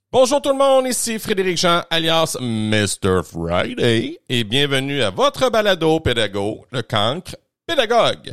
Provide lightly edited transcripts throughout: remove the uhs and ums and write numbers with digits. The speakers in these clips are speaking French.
Bonjour tout le monde, ici Frédéric Jean, alias Mr. Friday, et bienvenue à votre balado pédago, le cancre pédagogue.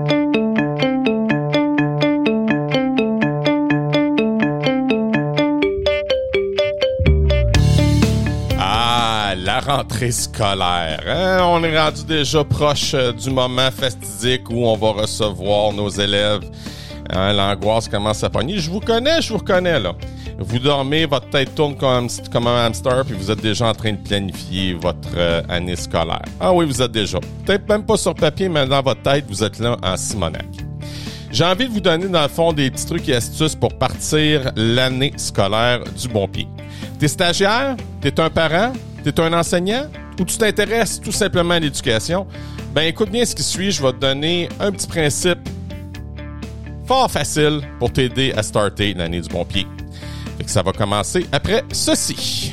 Ah, la rentrée scolaire, hein? On est rendu déjà proche du moment fatidique où on va recevoir nos élèves. Hein, l'angoisse commence à pogner. Je vous reconnais là. Vous dormez, votre tête tourne comme un hamster, puis vous êtes déjà en train de planifier votre année scolaire. Ah oui, vous êtes déjà. Peut-être même pas sur papier, mais dans votre tête, vous êtes là en Simonac. J'ai envie de vous donner, dans le fond, des petits trucs et astuces pour partir l'année scolaire du bon pied. T'es stagiaire? T'es un parent? T'es un enseignant? Ou tu t'intéresses tout simplement à l'éducation? Ben, écoute bien ce qui suit. Je vais te donner un petit principe fort facile pour t'aider à starter l'année du bon pied. Fait que ça va commencer après ceci.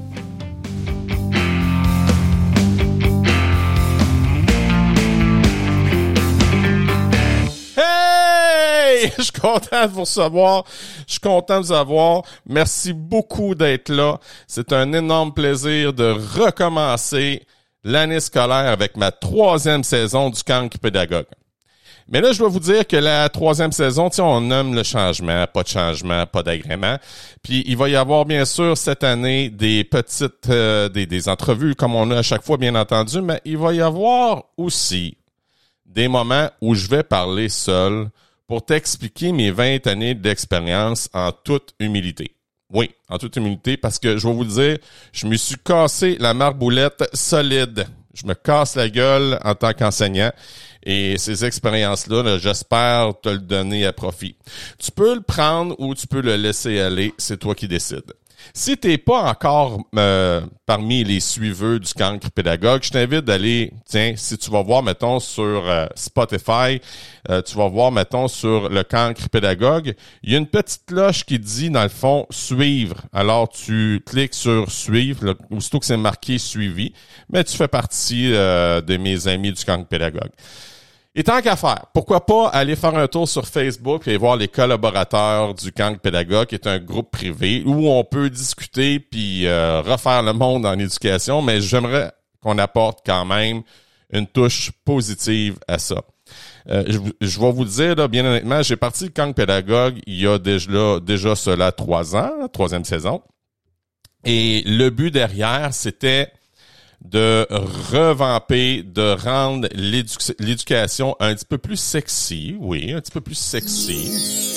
Hey! Je suis content de vous recevoir. Je suis content de vous avoir. Merci beaucoup d'être là. C'est un énorme plaisir de recommencer l'année scolaire avec ma 3e saison du cancre pédagogue. Mais là, je dois vous dire que la 3e saison, on nomme le changement, pas d'agrément. Puis il va y avoir bien sûr cette année des petites des entrevues comme on a à chaque fois, bien entendu, mais il va y avoir aussi des moments où je vais parler seul pour t'expliquer mes 20 années d'expérience en toute humilité. Oui, en toute humilité, parce que je vais vous le dire, je me suis cassé la marboulette solide. Je me casse la gueule en tant qu'enseignant. Et ces expériences-là, là, j'espère te le donner à profit. Tu peux le prendre ou tu peux le laisser aller, c'est toi qui décides. Si t'es pas encore parmi les suiveurs du cancre pédagogue, je t'invite d'aller, si tu vas voir, mettons, sur Spotify, tu vas voir, mettons, sur le cancre pédagogue, il y a une petite cloche qui dit, dans le fond, suivre. Alors, tu cliques sur suivre, là, aussitôt que c'est marqué suivi, mais tu fais partie de mes amis du cancre pédagogue. Et tant qu'à faire, pourquoi pas aller faire un tour sur Facebook et voir les collaborateurs du cancre pédagogue, qui est un groupe privé où on peut discuter puis refaire le monde en éducation, mais j'aimerais qu'on apporte quand même une touche positive à ça. Je vais vous le dire, là, bien honnêtement, j'ai parti le cancre pédagogue il y a déjà cela 3 ans, 3e saison. Et le but derrière, c'était de revamper, de rendre l'éducation un petit peu plus sexy. Oui, un petit peu plus sexy.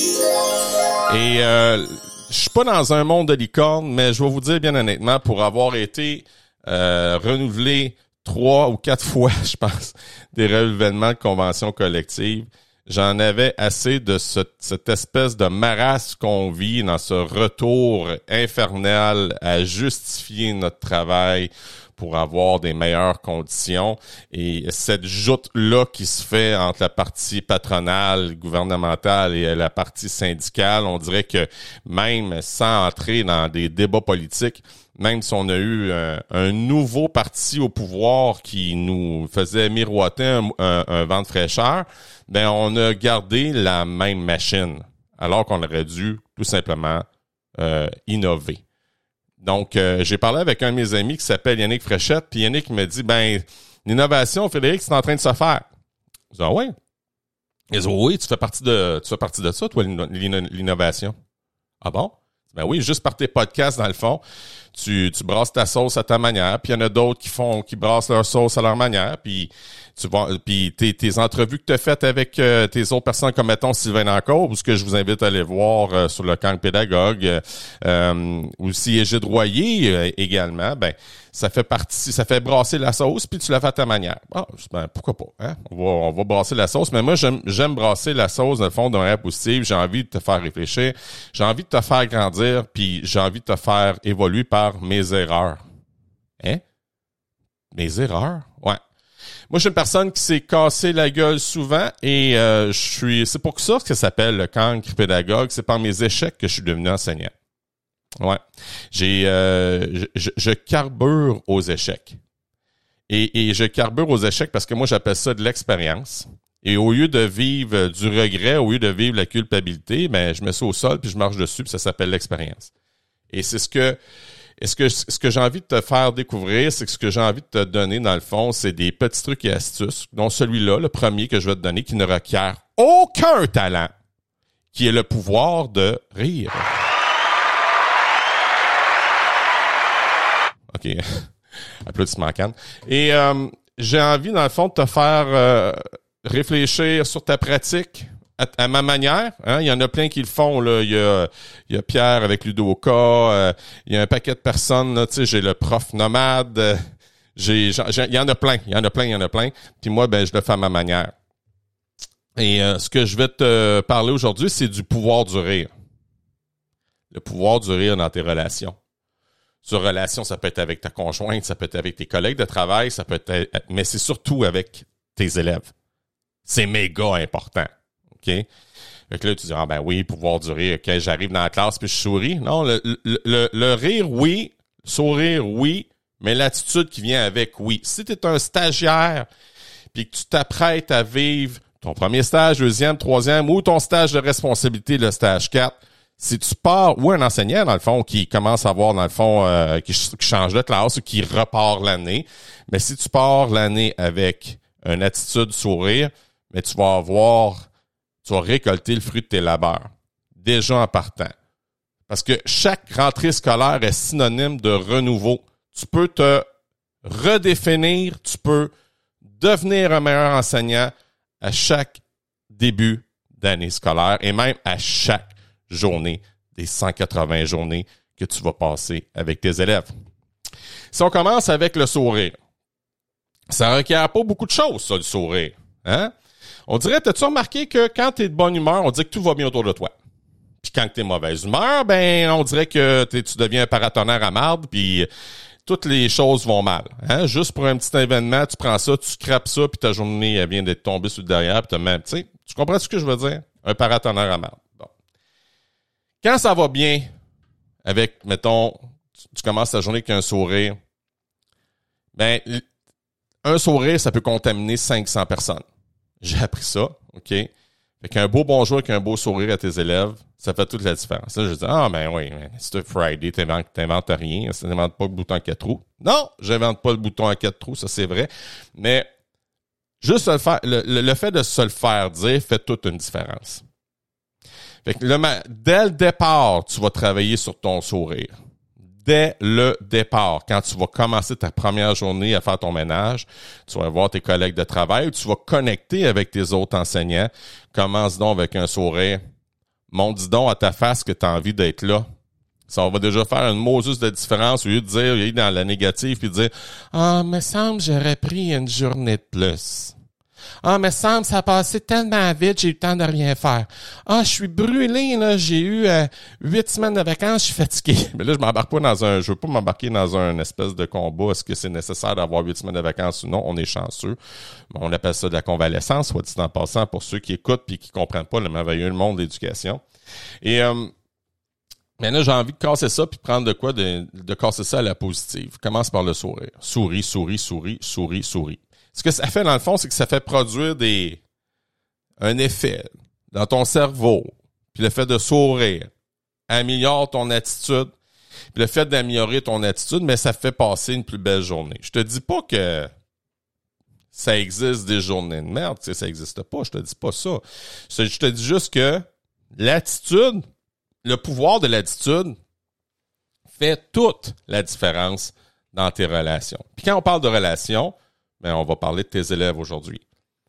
Et je suis pas dans un monde de licorne, mais je vais vous dire bien honnêtement, pour avoir été renouvelé 3 ou 4 fois, je pense, des renouvellements de conventions collectives, j'en avais assez de cette espèce de marasme qu'on vit dans ce retour infernal à justifier notre travail pour avoir des meilleures conditions. Et cette joute-là qui se fait entre la partie patronale, gouvernementale et la partie syndicale, on dirait que même sans entrer dans des débats politiques, même si on a eu un nouveau parti au pouvoir qui nous faisait miroiter un vent de fraîcheur, ben on a gardé la même machine, alors qu'on aurait dû tout simplement innover. Donc, j'ai parlé avec un de mes amis qui s'appelle Yannick Fréchette, puis Yannick me dit, l'innovation, Frédéric, c'est en train de se faire. Je dis, ah ouais? Il dit, oui, tu fais partie de ça, toi, l'innovation. Ah bon? Ben oui, juste par tes podcasts, dans le fond, tu brasses ta sauce à ta manière, puis il y en a d'autres qui brassent leur sauce à leur manière, puis tes entrevues que tu as faites avec tes autres personnes, comme mettons Sylvain Encore, ou ce que je vous invite à aller voir sur le cancre pédagogue, aussi Égide Royer également, ça fait brasser la sauce, puis tu la fais à ta manière. Ah, pourquoi pas, hein? On va brasser la sauce, mais moi, j'aime brasser la sauce, dans le fond, d'un manière positive. J'ai envie de te faire réfléchir, j'ai envie de te faire grandir, puis j'ai envie de te faire évoluer par mes erreurs. Hein? Mes erreurs? Ouais. Moi, je suis une personne qui s'est cassé la gueule souvent et c'est pour ça que ça s'appelle le cancre pédagogue. C'est par mes échecs que je suis devenu enseignant. Ouais. Je carbure aux échecs. Et je carbure aux échecs parce que moi, j'appelle ça de l'expérience. Et au lieu de vivre du regret, au lieu de vivre la culpabilité, je me mets au sol puis je marche dessus puis ça s'appelle l'expérience. Et c'est ce que j'ai envie de te faire découvrir, c'est que ce que j'ai envie de te donner, dans le fond, c'est des petits trucs et astuces, dont celui-là, le premier que je vais te donner, qui ne requiert aucun talent, qui est le pouvoir de rire. OK. Applaudissements, Cannes. Et j'ai envie, dans le fond, de te faire réfléchir sur ta pratique à ma manière. Hein? Il y en a plein qui le font. Là. Il y a Pierre avec Ludoka. Il y a un paquet de personnes. Là, tu sais, j'ai le prof nomade. Il y en a plein. Puis moi, ben, je le fais à ma manière. Et ce que je vais te parler aujourd'hui, c'est du pouvoir du rire. Le pouvoir du rire dans tes relations. Sur relation, ça peut être avec ta conjointe, ça peut être avec tes collègues de travail, ça peut être, mais c'est surtout avec tes élèves. C'est méga important. OK? Fait que là, tu dis, ah ben oui, pouvoir du rire, OK, j'arrive dans la classe puis je souris. Non, le rire, oui. Sourire, oui. Mais l'attitude qui vient avec, oui. Si tu es un stagiaire puis que tu t'apprêtes à vivre ton premier stage, deuxième, troisième ou ton stage de responsabilité, le stage 4, si tu pars, ou un enseignant, dans le fond, qui commence à avoir, dans le fond, qui change de classe ou qui repart l'année, mais si tu pars l'année avec une attitude sourire, mais tu vas récolter le fruit de tes labeurs, déjà en partant. Parce que chaque rentrée scolaire est synonyme de renouveau. Tu peux te redéfinir, tu peux devenir un meilleur enseignant à chaque début d'année scolaire et même à chaque journée des 180 journées que tu vas passer avec tes élèves. Si on commence avec le sourire, ça requiert pas beaucoup de choses, ça, le sourire. Hein? On dirait, t'as-tu remarqué que quand t'es de bonne humeur, on dit que tout va bien autour de toi. Puis quand t'es de mauvaise humeur, ben on dirait que tu deviens un paratonnerre à marde, puis toutes les choses vont mal. Hein? Juste pour un petit événement, tu prends ça, tu scrapes ça, puis ta journée elle vient d'être tombée sur le derrière, puis t'as même, tu sais, tu comprends ce que je veux dire? Un paratonnerre à marde. Bon. Quand ça va bien, avec, mettons, tu commences ta journée avec un sourire, ben, un sourire, ça peut contaminer 500 personnes. J'ai appris ça, OK? Fait qu'un beau bonjour avec un beau sourire à tes élèves, ça fait toute la différence. Là, je dis, ah, ben oui, c'est un Friday, t'inventes rien, t'inventes pas le bouton à 4 trous. Non, j'invente pas le bouton à 4 trous, ça c'est vrai. Mais, juste le fait de se le faire dire fait toute une différence. Fait que dès le départ, tu vas travailler sur ton sourire. Dès le départ, quand tu vas commencer ta première journée à faire ton ménage, tu vas voir tes collègues de travail, tu vas connecter avec tes autres enseignants. Commence donc avec un sourire. Montre donc à ta face que tu as envie d'être là. Ça va déjà faire une Moses de différence au lieu de dire, il est dans la négative, puis de dire, ah, me semble j'aurais pris une journée de plus. Ah, me semble ça a passé tellement vite, j'ai eu le temps de rien faire. Ah, je suis brûlé, là, j'ai eu 8 semaines de vacances, je suis fatigué. Mais là, je veux pas m'embarquer dans un espèce de combat. Est-ce que c'est nécessaire d'avoir 8 semaines de vacances ou non? On est chanceux. On appelle ça de la convalescence, soit dit en passant, pour ceux qui écoutent puis qui comprennent pas le merveilleux monde de l'éducation. Et mais là, j'ai envie de casser ça puis de prendre de quoi de casser ça à la positive. Commence par le sourire. Souris, souris, souris, souris, souris. Ce que ça fait, dans le fond, c'est que ça fait produire un effet dans ton cerveau. Puis le fait de sourire améliore ton attitude. Puis le fait d'améliorer ton attitude, mais ça fait passer une plus belle journée. Je te dis pas que ça existe des journées de merde. Tu sais, ça existe pas. Je te dis pas ça. Je te dis juste que l'attitude, le pouvoir de l'attitude fait toute la différence dans tes relations. Puis quand on parle de relations, ben, on va parler de tes élèves aujourd'hui.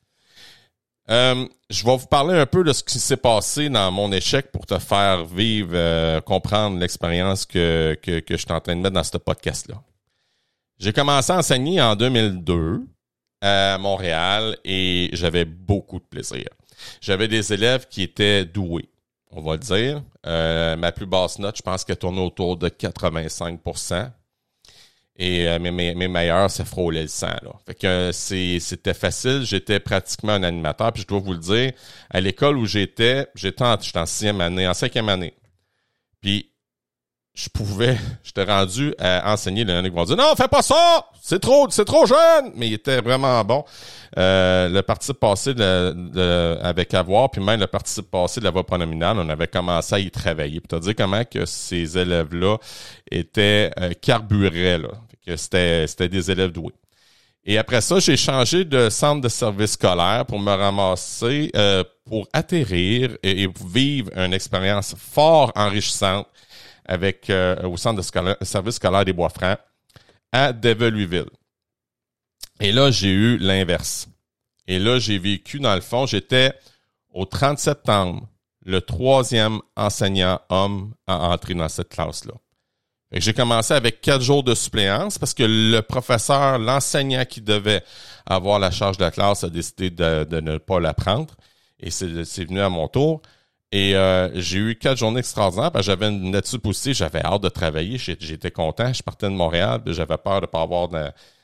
Je vais vous parler un peu de ce qui s'est passé dans mon échec pour te faire vivre, comprendre l'expérience que je suis en train de mettre dans ce podcast-là. J'ai commencé à enseigner en 2002 à Montréal et j'avais beaucoup de plaisir. J'avais des élèves qui étaient doués, on va le dire. Ma plus basse note, je pense qu'elle tournait autour de 85%. Et mes meilleurs, ça frôlait le 100, là. Fait que c'était facile. J'étais pratiquement un animateur. Puis je dois vous le dire, à l'école où j'étais en 6e année, en 5e année. Puis j'étais rendu à enseigner. Le Yannick va dire, non, fais pas ça! C'est trop jeune! Mais il était vraiment bon. Le participe passé avec avoir, puis même le participe passé de la voix pronominale, on avait commencé à y travailler. Pour te dire comment que ces élèves-là étaient carburés, là. Fait que c'était des élèves doués. Et après ça, j'ai changé de centre de service scolaire pour me ramasser, pour atterrir et vivre une expérience fort enrichissante avec au centre de service scolaire des Bois-Francs à Dave-Louisville. Et là, j'ai eu l'inverse. Et là, j'ai vécu, dans le fond, j'étais au 30 septembre, le 3e enseignant homme à entrer dans cette classe-là. Fait que j'ai commencé avec 4 jours de suppléance parce que le professeur, l'enseignant qui devait avoir la charge de la classe a décidé de ne pas la prendre. Et c'est venu à mon tour. Et j'ai eu 4 journées extraordinaires parce que j'avais une attitude positive, j'avais hâte de travailler, j'étais content, je partais de Montréal, j'avais peur de pas avoir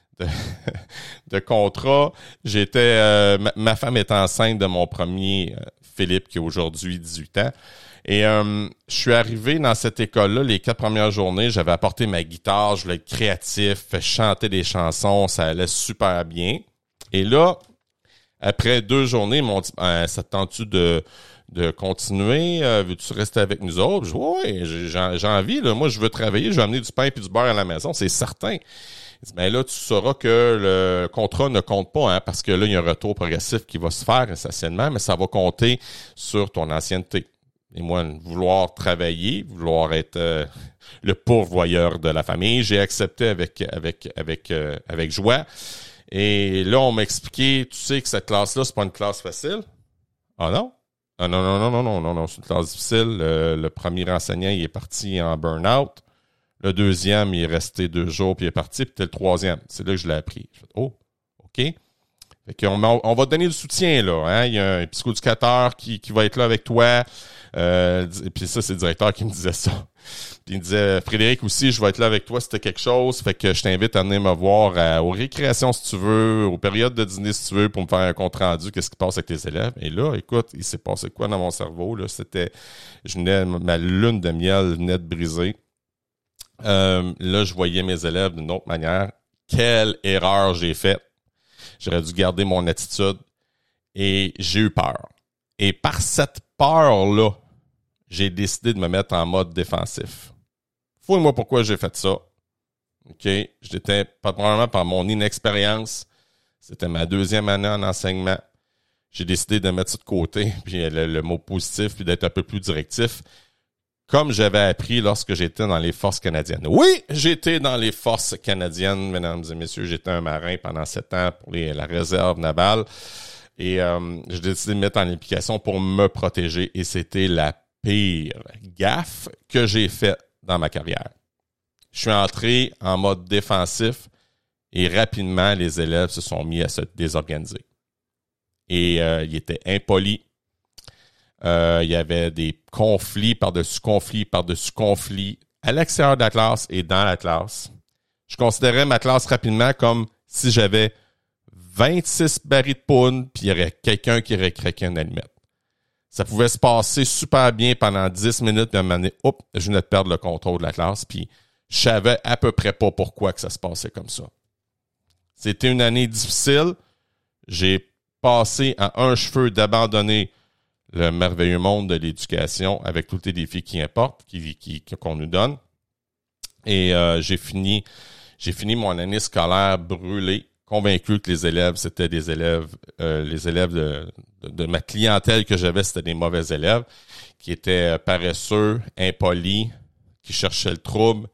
de contrat. Ma femme était enceinte de mon premier Philippe qui a aujourd'hui 18 ans. Et je suis arrivé dans cette école-là, les 4 premières journées, j'avais apporté ma guitare, je voulais être créatif, chanter des chansons, ça allait super bien. Et là, après 2 journées, ils m'ont dit, ça te tente-tu de continuer? Veux-tu rester avec nous autres? Je dis, oui, j'ai envie, là. Moi, je veux travailler, je veux amener du pain et du beurre à la maison, c'est certain. Il dit, ben là, tu sauras que le contrat ne compte pas, hein, parce que là, il y a un retour progressif qui va se faire essentiellement, mais ça va compter sur ton ancienneté. Et moi, vouloir travailler, vouloir être le pourvoyeur de la famille, j'ai accepté avec joie. Et là, on m'a expliqué, tu sais que cette classe-là, c'est pas une classe facile. Ah non? Ah non, c'est une classe difficile. Le premier enseignant, il est parti en burn-out. Le deuxième, il est resté 2 jours, puis il est parti, puis c'était le troisième. C'est là que je l'ai appris. Je fais, oh, OK. Fait qu'on on va te donner du soutien, là. Hein? Il y a un psychoéducateur qui va être là avec toi. Et puis ça, c'est le directeur qui me disait ça. Puis il me disait, Frédéric aussi, je vais être là avec toi si t'as quelque chose. Fait que je t'invite à venir me voir aux récréations si tu veux, aux périodes de dîner si tu veux, pour me faire un compte rendu, qu'est-ce qui passe avec tes élèves. Et là, écoute, il s'est passé quoi dans mon cerveau, là? Ma lune de miel venait de briser. Là, je voyais mes élèves d'une autre manière. Quelle erreur j'ai faite. J'aurais dû garder mon attitude et j'ai eu peur. Et par cette peur-là, j'ai décidé de me mettre en mode défensif. Fouille-moi pourquoi j'ai fait ça. OK? J'étais probablement par mon inexpérience. C'était ma 2e année en enseignement. J'ai décidé de mettre ça de côté, puis le mot positif, puis d'être un peu plus directif. Comme j'avais appris lorsque j'étais dans les forces canadiennes. Oui, j'étais dans les forces canadiennes, mesdames et messieurs. J'étais un marin pendant 7 ans pour la réserve navale. Et j'ai décidé de mettre en application pour me protéger. Et c'était la pire gaffe que j'ai faite dans ma carrière. Je suis entré en mode défensif et rapidement, les élèves se sont mis à se désorganiser. Et ils étaient impolis. Il y avait des conflits par-dessus conflits à l'extérieur de la classe et dans la classe. Je considérais ma classe rapidement comme si j'avais 26 barils de poudre puis il y aurait quelqu'un qui aurait craqué une allumette. Ça pouvait se passer super bien pendant 10 minutes, puis à un moment donné, je venais de perdre le contrôle de la classe, puis je savais à peu près pas pourquoi que ça se passait comme ça. C'était une année difficile. J'ai passé à un cheveu d'abandonner le merveilleux monde de l'éducation avec tous les défis qui importent, qu'on nous donne. Et j'ai fini mon année scolaire brûlée, convaincu que les élèves, c'était des élèves, les élèves de ma clientèle que j'avais, c'était des mauvais élèves, qui étaient paresseux, impolis, qui cherchaient le trouble.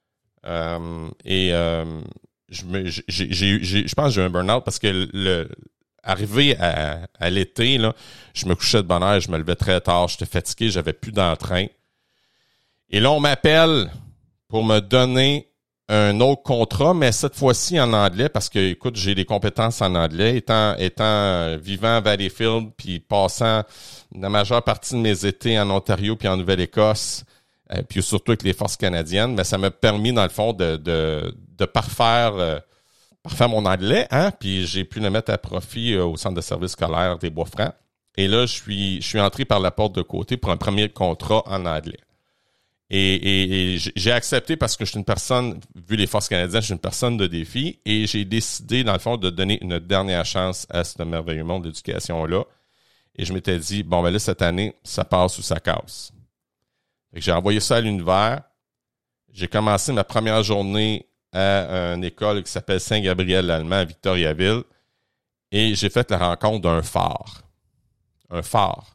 Je pense que j'ai eu un burn-out parce que arrivé à l'été, là, je me couchais de bonne heure, je me levais très tard, j'étais fatigué, j'avais plus d'entrain. Et là, on m'appelle pour me donner un autre contrat, mais cette fois-ci en anglais, parce que, écoute, j'ai des compétences en anglais, étant vivant à Valleyfield, puis passant la majeure partie de mes étés en Ontario puis en Nouvelle-Écosse, puis surtout avec les forces canadiennes, mais ça m'a permis, dans le fond, de parfaire mon anglais, hein, puis j'ai pu le mettre à profit au centre de service scolaire des Bois-Francs. Et là, je suis entré par la porte de côté pour un premier contrat en anglais. Et j'ai accepté parce que je suis une personne, vu les forces canadiennes, je suis une personne de défi et j'ai décidé, dans le fond, de donner une dernière chance à ce merveilleux monde d'éducation-là. Et je m'étais dit, bon, ben là, cette année, ça passe ou ça casse. Fait que j'ai envoyé ça à l'univers. J'ai commencé ma première journée à une école qui s'appelle Saint-Gabriel-l'Allemand à Victoriaville. Et j'ai fait la rencontre d'un phare. Un phare.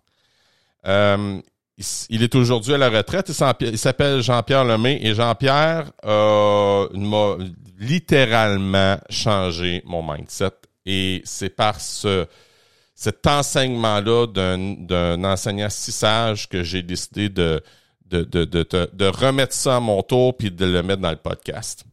Il est aujourd'hui à la retraite. Il s'appelle Jean-Pierre Lemay. Et Jean-Pierre m'a littéralement changé mon mindset. Et c'est par cet enseignement-là d'un enseignant si sage que j'ai décidé de remettre ça à mon tour puis de le mettre dans le podcast.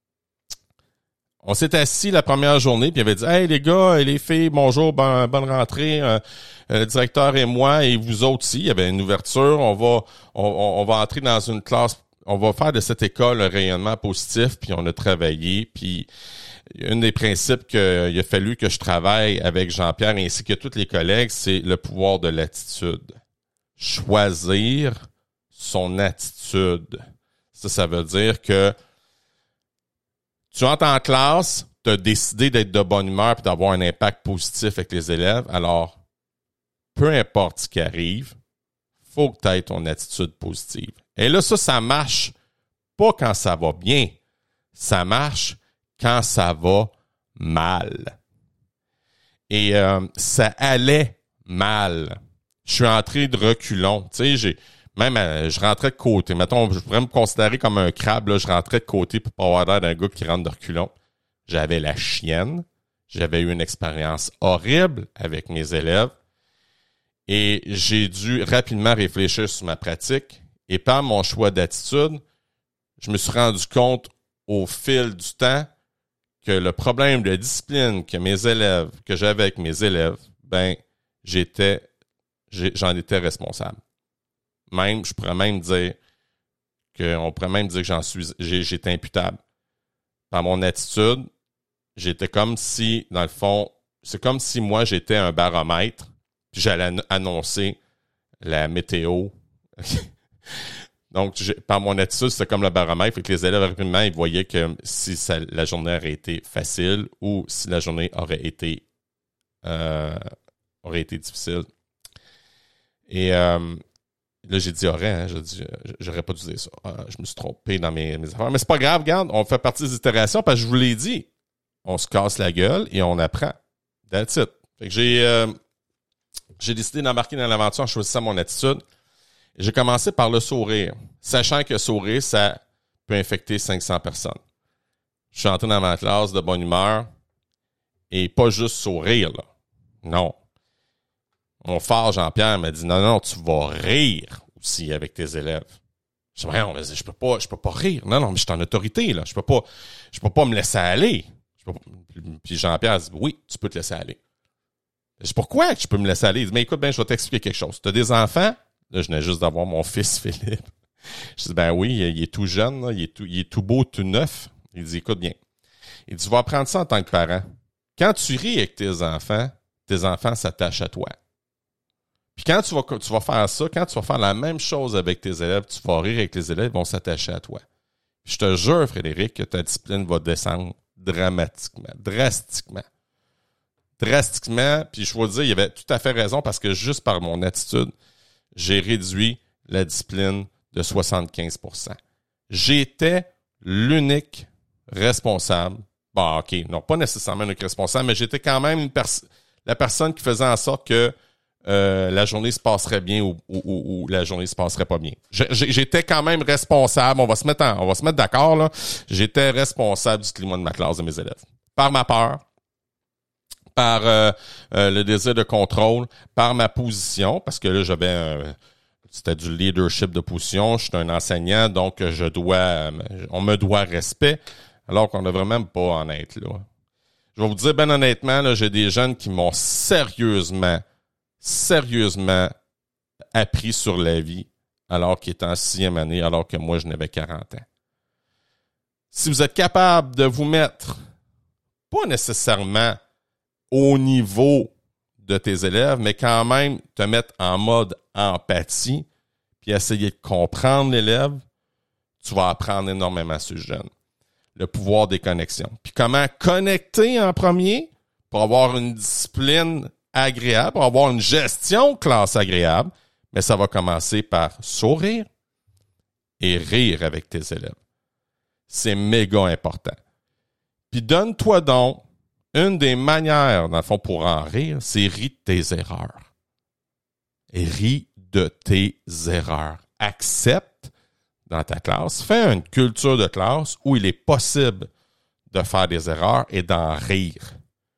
On s'est assis la première journée puis il avait dit « Hey les gars et les filles, bonjour, bonne rentrée. Le directeur et moi et vous autres aussi. » Il y avait une ouverture. On va entrer dans une classe. On va faire de cette école un rayonnement positif puis on a travaillé. Puis un des principes qu'il a fallu que je travaille avec Jean-Pierre ainsi que tous les collègues, c'est le pouvoir de l'attitude. Choisir son attitude. Ça veut dire que tu entres en classe, tu as décidé d'être de bonne humeur et d'avoir un impact positif avec les élèves. Alors, peu importe ce qui arrive, faut que tu aies ton attitude positive. Et là, ça marche pas quand ça va bien. Ça marche quand ça va mal. Et ça allait mal. Je suis entré de reculons. Tu sais, je rentrais de côté. Mettons, je pourrais me considérer comme un crabe. Là, je rentrais de côté pour pas avoir l'air d'un gars qui rentre de reculons. J'avais la chienne. J'avais eu une expérience horrible avec mes élèves. Et j'ai dû rapidement réfléchir sur ma pratique. Et par mon choix d'attitude, je me suis rendu compte au fil du temps que le problème de discipline que j'avais avec mes élèves, j'en étais responsable. Même, je pourrais même dire que j'étais imputable. Par mon attitude, j'étais comme si, dans le fond, c'est comme si moi, j'étais un baromètre, puis j'allais annoncer la météo. Donc, par mon attitude, c'était comme le baromètre, fait que les élèves, rapidement, ils voyaient que si la journée aurait été facile ou si la journée aurait été difficile. Et là, j'ai dit j'aurais pas dû dire ça. Je me suis trompé dans mes affaires. Mais c'est pas grave, regarde, on fait partie des itérations parce que je vous l'ai dit. On se casse la gueule et on apprend. That's it. Fait que j'ai décidé d'embarquer dans l'aventure en choisissant mon attitude. Et j'ai commencé par le sourire, sachant que sourire, ça peut infecter 500 personnes. Je suis entré dans ma classe de bonne humeur et pas juste sourire, là. Non. Mon phare, Jean-Pierre, m'a dit, non, tu vas rire aussi avec tes élèves. Je dis, je peux pas rire. Non, mais je suis en autorité, là. Je peux pas me laisser aller. Puis Jean-Pierre dit, oui, tu peux te laisser aller. Je dis, pourquoi tu peux me laisser aller? Il dit, mais écoute, je vais t'expliquer quelque chose. Tu as des enfants? Là, je venais juste d'avoir mon fils Philippe. Je dis, oui, il est tout jeune, là. Il est tout beau, tout neuf. Il dit, écoute bien. Il dit, tu vas apprendre ça en tant que parent. Quand tu ris avec tes enfants s'attachent à toi. Puis quand tu vas faire ça, quand tu vas faire la même chose avec tes élèves, tu vas rire avec les élèves, ils vont s'attacher à toi. Puis je te jure, Frédéric, que ta discipline va descendre drastiquement. Puis je vais te dire, il avait tout à fait raison parce que juste par mon attitude, j'ai réduit la discipline de 75%. J'étais l'unique responsable. Bon, OK, non, pas nécessairement l'unique responsable, mais j'étais quand même la personne qui faisait en sorte que la journée se passerait bien ou la journée se passerait pas bien. J'étais quand même responsable. On va se mettre d'accord, là. J'étais responsable du climat de ma classe, de mes élèves. Par ma peur, par le désir de contrôle, par ma position, parce que là, c'était du leadership de position. Je suis un enseignant, donc on me doit respect, alors qu'on ne devrait même pas en être là. Je vais vous dire, ben honnêtement, là, j'ai des jeunes qui m'ont sérieusement appris sur la vie alors qu'ils étaient en 6e année, alors que moi, je n'avais 40 ans. Si vous êtes capable de vous mettre, pas nécessairement au niveau de tes élèves, mais quand même te mettre en mode empathie, puis essayer de comprendre l'élève, tu vas apprendre énormément sur le jeune. Le pouvoir des connexions. Puis comment connecter en premier pour avoir une discipline agréable, pour avoir une gestion de classe agréable, mais ça va commencer par sourire et rire avec tes élèves. C'est méga important. Puis donne-toi donc une des manières, dans le fond, pour en rire, c'est rire de tes erreurs. Et ris de tes erreurs. Accepte dans ta classe, fais une culture de classe où il est possible de faire des erreurs et d'en rire.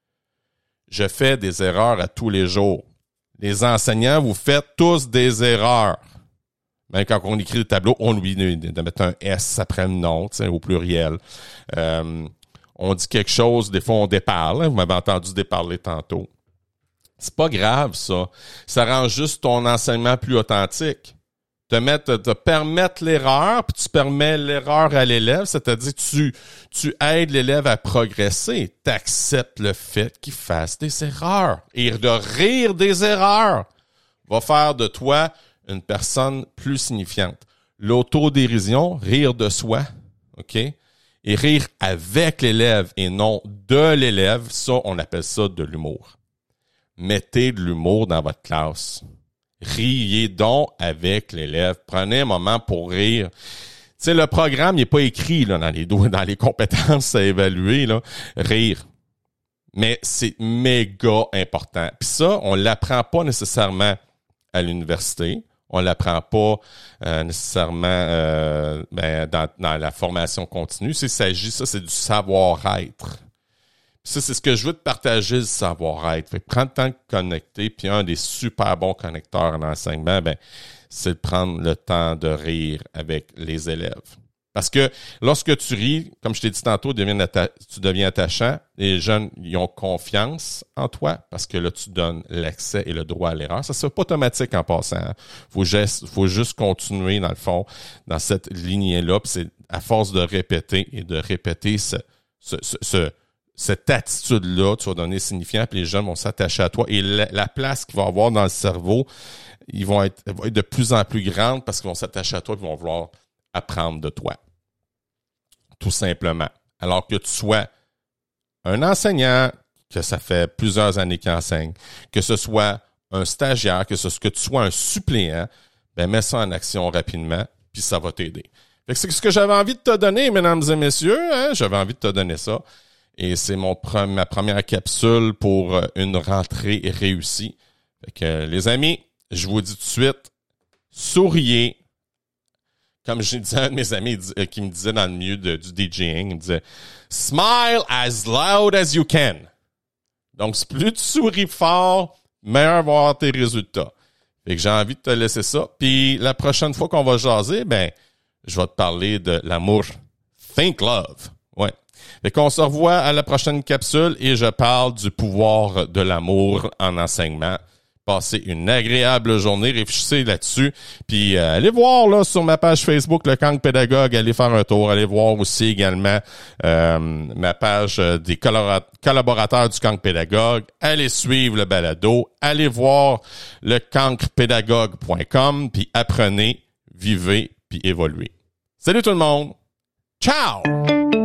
Je fais des erreurs à tous les jours. Les enseignants, vous faites tous des erreurs. Même quand on écrit le tableau, on oublie de mettre un S après le nom, au pluriel. On dit quelque chose, des fois on déparle. Vous m'avez entendu déparler tantôt. C'est pas grave, ça. Ça rend juste ton enseignement plus authentique. Te permettre l'erreur, puis tu permets l'erreur à l'élève, c'est-à-dire tu aides l'élève à progresser. Tu acceptes le fait qu'il fasse des erreurs. Et de rire des erreurs va faire de toi une personne plus signifiante. L'autodérision, rire de soi, OK? Et rire avec l'élève et non de l'élève, ça, on appelle ça de l'humour. Mettez de l'humour dans votre classe. Riez donc avec l'élève. Prenez un moment pour rire. Tu sais, le programme n'est pas écrit là, dans les compétences à évaluer. Là. Rire. Mais c'est méga important. Puis ça, on l'apprend pas nécessairement à l'université. On l'apprend pas nécessairement dans la formation continue. Ça, c'est du savoir-être. Ça, c'est ce que je veux te partager, le savoir-être. Fait que prends le temps de connecter, puis un des super bons connecteurs en enseignement, c'est de prendre le temps de rire avec les élèves. Parce que lorsque tu ris, comme je t'ai dit tantôt, tu deviens attachant. Les jeunes, ils ont confiance en toi parce que là, tu donnes l'accès et le droit à l'erreur. Ça ne se fait pas automatique en passant. Faut juste continuer, dans le fond, dans cette lignée-là. Puis c'est à force de répéter et de répéter cette attitude-là, tu vas donner signifiant, puis les jeunes vont s'attacher à toi. Et la place qu'ils vont avoir dans le cerveau, ils vont être de plus en plus grande parce qu'ils vont s'attacher à toi et ils vont vouloir apprendre de toi. Tout simplement. Alors que tu sois un enseignant, que ça fait plusieurs années qu'il enseigne, que ce soit un stagiaire, que tu sois un suppléant, mets ça en action rapidement, puis ça va t'aider. Fait que c'est ce que j'avais envie de te donner, mesdames et messieurs. J'avais envie de te donner ça. Et c'est ma première capsule pour une rentrée réussie. Fait que, les amis, je vous dis tout de suite, souriez. Comme je disais à un de mes amis qui me disait dans le milieu du DJing, il me disait « Smile as loud as you can ». Donc, plus tu souris fort, meilleur vont avoir tes résultats. Fait que j'ai envie de te laisser ça. Puis la prochaine fois qu'on va jaser, je vais te parler de l'amour. Think love. Ouais. Fait qu'on se revoit à la prochaine capsule et je parle du pouvoir de l'amour en enseignement. Passez une agréable journée, réfléchissez là-dessus. Puis allez voir là sur ma page Facebook, le Cancre Pédagogue, allez faire un tour. Allez voir aussi également ma page des collaborateurs du Cancre Pédagogue. Allez suivre le balado. Allez voir le cancrepédagogue.com. Puis apprenez, vivez, puis évoluez. Salut tout le monde! Ciao!